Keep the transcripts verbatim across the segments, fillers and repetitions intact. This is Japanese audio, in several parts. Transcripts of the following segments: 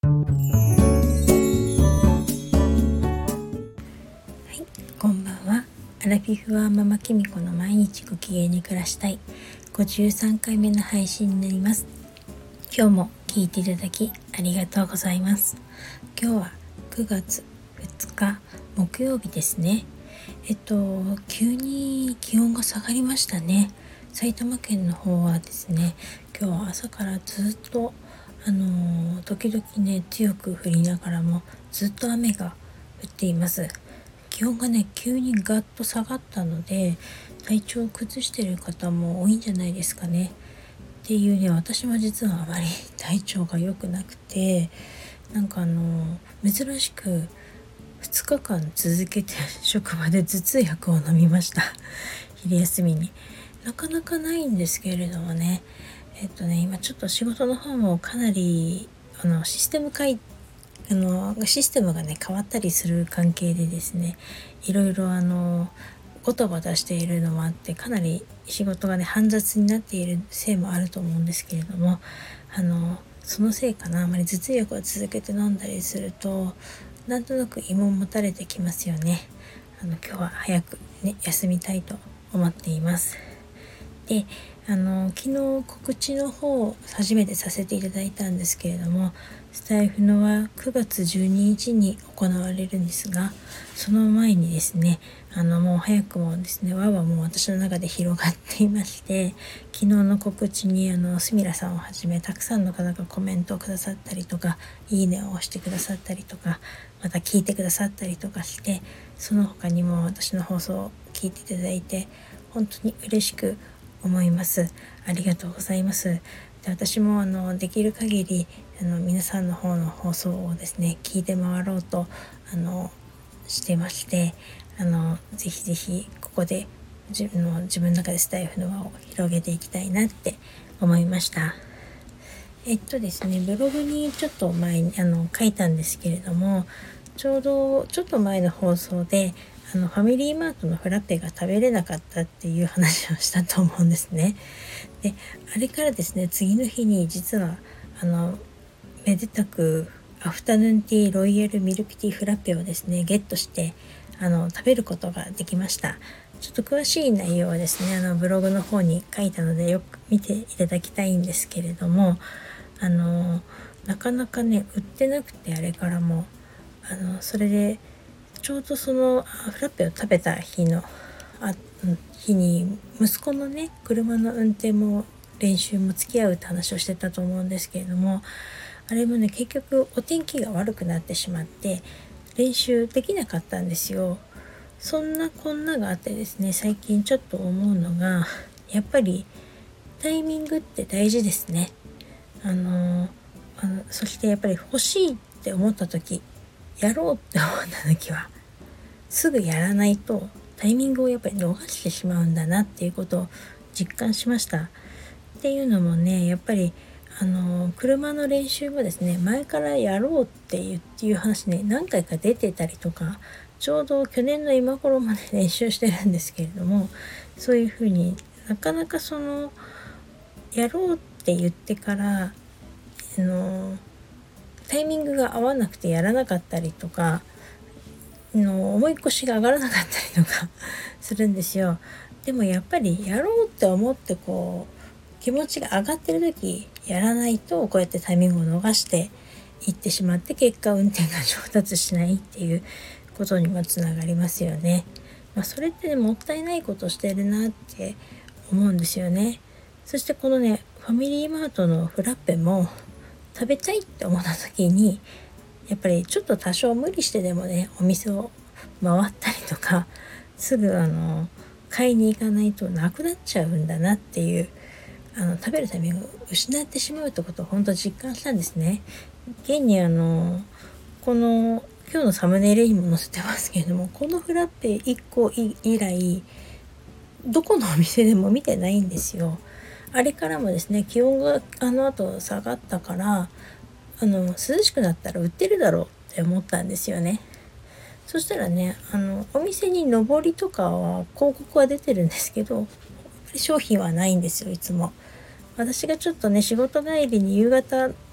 、こんばんは。アラフィフはママキミコの毎日ご機嫌に暮らしたいごじゅうさんかいめの配信になります。今日も聞いていただきありがとうございます。今日はくがつふつか木曜日ですね。えっと急に気温が下がりましたね。埼玉県の方はですね、今日は朝からずっとあの時々ね強く降りながらもずっと雨が降っています。気温がね急にガッと下がったので、体調を崩している方も多いんじゃないですかね。っていうね、私は実はあまり体調が良くなくて、なんかあの珍しくふつかかん続けて職場で頭痛薬を飲みました。昼休みに。なかなかないんですけれどもね、えっとね今ちょっと仕事の方もかなりあのシステム改あのシステムがね変わったりする関係でですね、いろいろあのごたごたしているのもあって、かなり仕事がね煩雑になっているせいもあると思うんですけれども、あのそのせいかな、あまり頭痛薬を続けて飲んだりするとなんとなく胃ももたれてきますよね。あの今日は早くね休みたいと思っています。で、あの昨日告知の方を初めてさせていただいたんですけれども、スタイフのはくがつじゅうににちに行われるんですが、その前にですね、あのもう早くもですね、輪はもう私の中で広がっていまして、昨日の告知にあのスミラさんをはじめたくさんの方がコメントをくださったりとか、いいねを押してくださったりとか、また聞いてくださったりとかして、その他にも私の放送を聞いていただいて本当に嬉しく思います。ありがとうございます。で、私もあのできる限りあの皆さんの方の放送をですね聞いて回ろうとあのしてまして、あのぜひぜひここで自分の自分の中でスタイフの輪を広げていきたいなって思いました。えっとですねブログにちょっと前にあの書いたんですけれども、ちょうどちょっと前の放送であのファミリーマートのフラッペが食べれなかったっていう話をしたと思うんですね。で、あれからですね次の日に実はあのめでたくアフタヌーンティーロイヤルミルクティーフラッペをですねゲットしてあの食べることができました。ちょっと詳しい内容はですねあのブログの方に書いたのでよく見ていただきたいんですけれども、あのなかなかね売ってなくて、あれからもあのそれでちょうどそのフラッペを食べた日のあ日に息子のね車の運転も練習も付き合うって話をしてたと思うんですけれども、あれもね結局お天気が悪くなってしまって練習できなかったんですよ。そんなこんながあってですね、最近ちょっと思うのがやっぱりタイミングって大事ですね。あのあのそしてやっぱり欲しいって思った時、やろうって思った時はすぐやらないとタイミングをやっぱり逃してしまうんだなっていうことを実感しました。っていうのもね、やっぱりあの車の練習もですね前からやろうっていうっていう話ね何回か出てたりとか、ちょうど去年の今頃まで練習してるんですけれども、そういうふうになかなかそのやろうって言ってからあのタイミングが合わなくてやらなかったりとかの思い越しが上がらなかったりとかするんですよ。でもやっぱりやろうって思ってこう気持ちが上がってる時やらないと、こうやってタイミングを逃していってしまって結果運転が上達しないっていうことにもつながりますよね。まあ、それってねもったいないことしてるなって思うんですよね。そしてこのねファミリーマートのフラッペも食べたいって思った時にやっぱりちょっと多少無理してでもねお店を回ったりとかすぐあの買いに行かないとなくなっちゃうんだなっていう、あの食べるタイミングを失ってしまうってことを本当実感したんですね。現にあのこの今日のサムネイルにも載せてますけれども、このフラッペいっこ以来どこのお店でも見てないんですよ。あれからもですね気温があの後下がったからあの涼しくなったら売ってるだろうって思ったんですよね。そしたらねあのお店に上りとかは広告は出てるんですけど、やっぱり商品はないんですよ。いつも私がちょっとね仕事帰りに夕方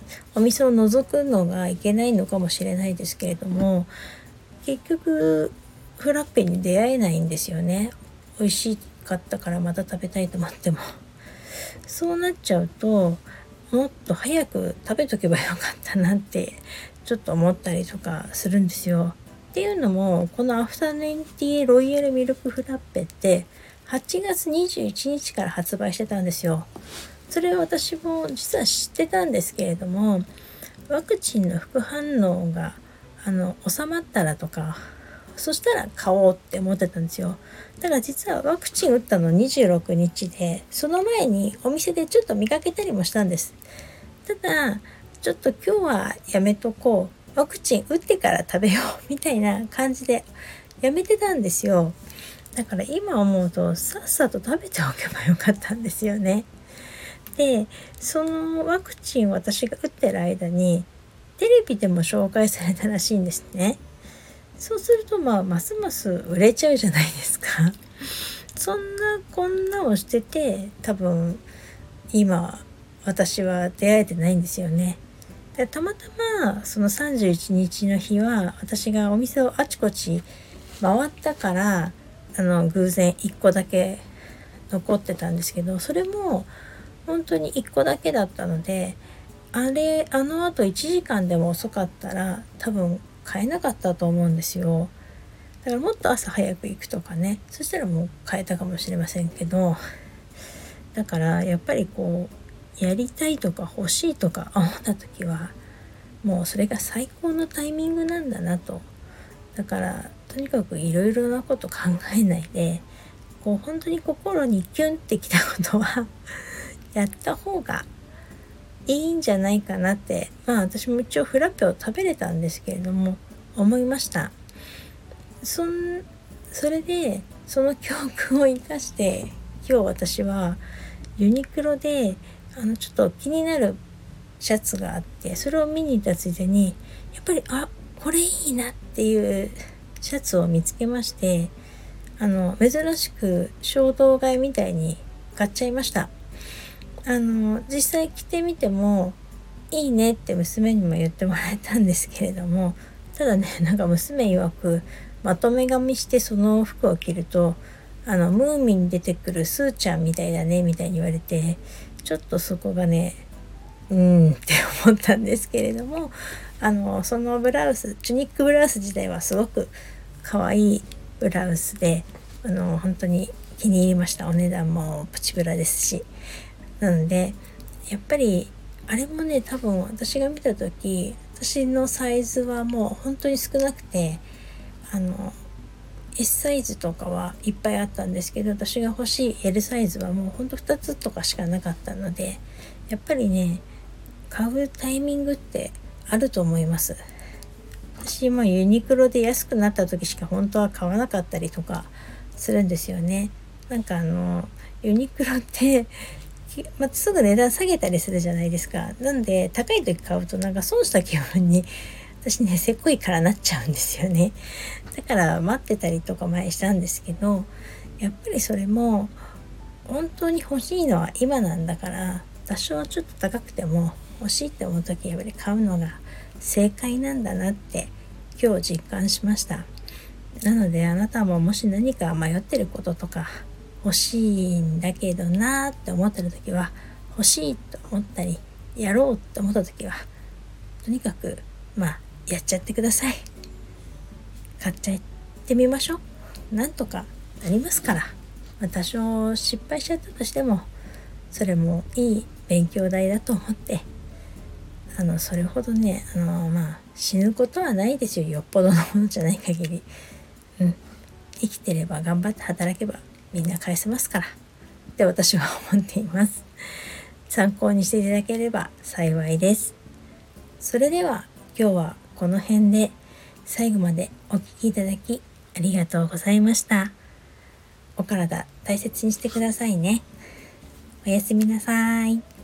お店を覗くのがいけないのかもしれないですけれども、結局フラッペに出会えないんですよね。美味しかったからまた食べたいと思っても。そうなっちゃうと、もっと早く食べとけばよかったなってちょっと思ったりとかするんですよ。っていうのも、このアフタヌーンティーロイヤルミルクフラッペってはちがつにじゅういちにちから発売してたんですよ。それを私も実は知ってたんですけれども、ワクチンの副反応があの収まったらとか、そしたら買おうって思ってたんですよ。ただ実はワクチン打ったのにじゅうろくにちで、その前にお店でちょっと見かけたりもしたんです。ただちょっと今日はやめとこう、ワクチン打ってから食べようみたいな感じでやめてたんですよ。だから今思うとさっさと食べておけばよかったんですよね。で、そのワクチンを私が打ってる間にテレビでも紹介されたらしいんですね。そうするとまあますます売れちゃうじゃないですか。そんなこんなをしてて、多分今私は出会えてないんですよね。でたまたまそのさんじゅういちにちの日は私がお店をあちこち回ったから、あの偶然いっこだけ残ってたんですけど、それも本当にいっこだけだったので、あれあのあといちじかんでも遅かったら多分買えなかったと思うんですよ。だからもっと朝早く行くとかね、そしたらもう買えたかもしれませんけど、だからやっぱりこうやりたいとか欲しいとか思った時はもうそれが最高のタイミングなんだなと。だからとにかくいろいろなこと考えないで、こう本当に心にキュンってきたことはやった方がいいんじゃないかなって、まあ私も一応フラッペを食べれたんですけれども思いました。そんそれでその教訓を生かして今日私はユニクロであのちょっと気になるシャツがあって、それを見に行ったついでにやっぱりあこれいいなっていうシャツを見つけまして、あの珍しく衝動買いみたいに買っちゃいました。あの実際着てみてもいいねって娘にも言ってもらえたんですけれども、ただね、なんか娘曰くまとめ髪してその服を着るとあのムーミンに出てくるスーちゃんみたいだねみたいに言われて、ちょっとそこがねうーんって思ったんですけれども、あのそのブラウスチュニックブラウス自体はすごく可愛いブラウスで、あの本当に気に入りました。お値段もプチブラですし、なのでやっぱりあれもね、多分私が見た時私のサイズはもう本当に少なくて、あの S サイズとかはいっぱいあったんですけど、私が欲しい L サイズはもうほんとふたつとかしかなかったので、やっぱりね買うタイミングってあると思います。私もユニクロで安くなった時しか本当は買わなかったりとかするんですよね。なんかあのユニクロってまあ、すぐ値段下げたりするじゃないですか。なんで高い時買うとなんか損した気分に私ねせっこいからなっちゃうんですよね。だから待ってたりとか前したんですけど、やっぱりそれも本当に欲しいのは今なんだから、多少ちょっと高くても欲しいって思う時やっぱり買うのが正解なんだなって今日実感しました。なのであなたももし何か迷ってることとか欲しいんだけどなーって思ってる時は、欲しいと思ったりやろうって思った時はとにかくまあやっちゃってください。買っちゃってみましょう。なんとかなりますから。まあ、多少失敗しちゃったとしてもそれもいい勉強代だと思って、あのそれほどねあのまあ死ぬことはないですよ。よっぽどのものじゃない限り、うん、生きてれば頑張って働けばみんな返せますからって私は思っています。参考にしていただければ幸いです。それでは今日はこの辺で、最後までお聞きいただきありがとうございました。お体大切にしてくださいね。おやすみなさい。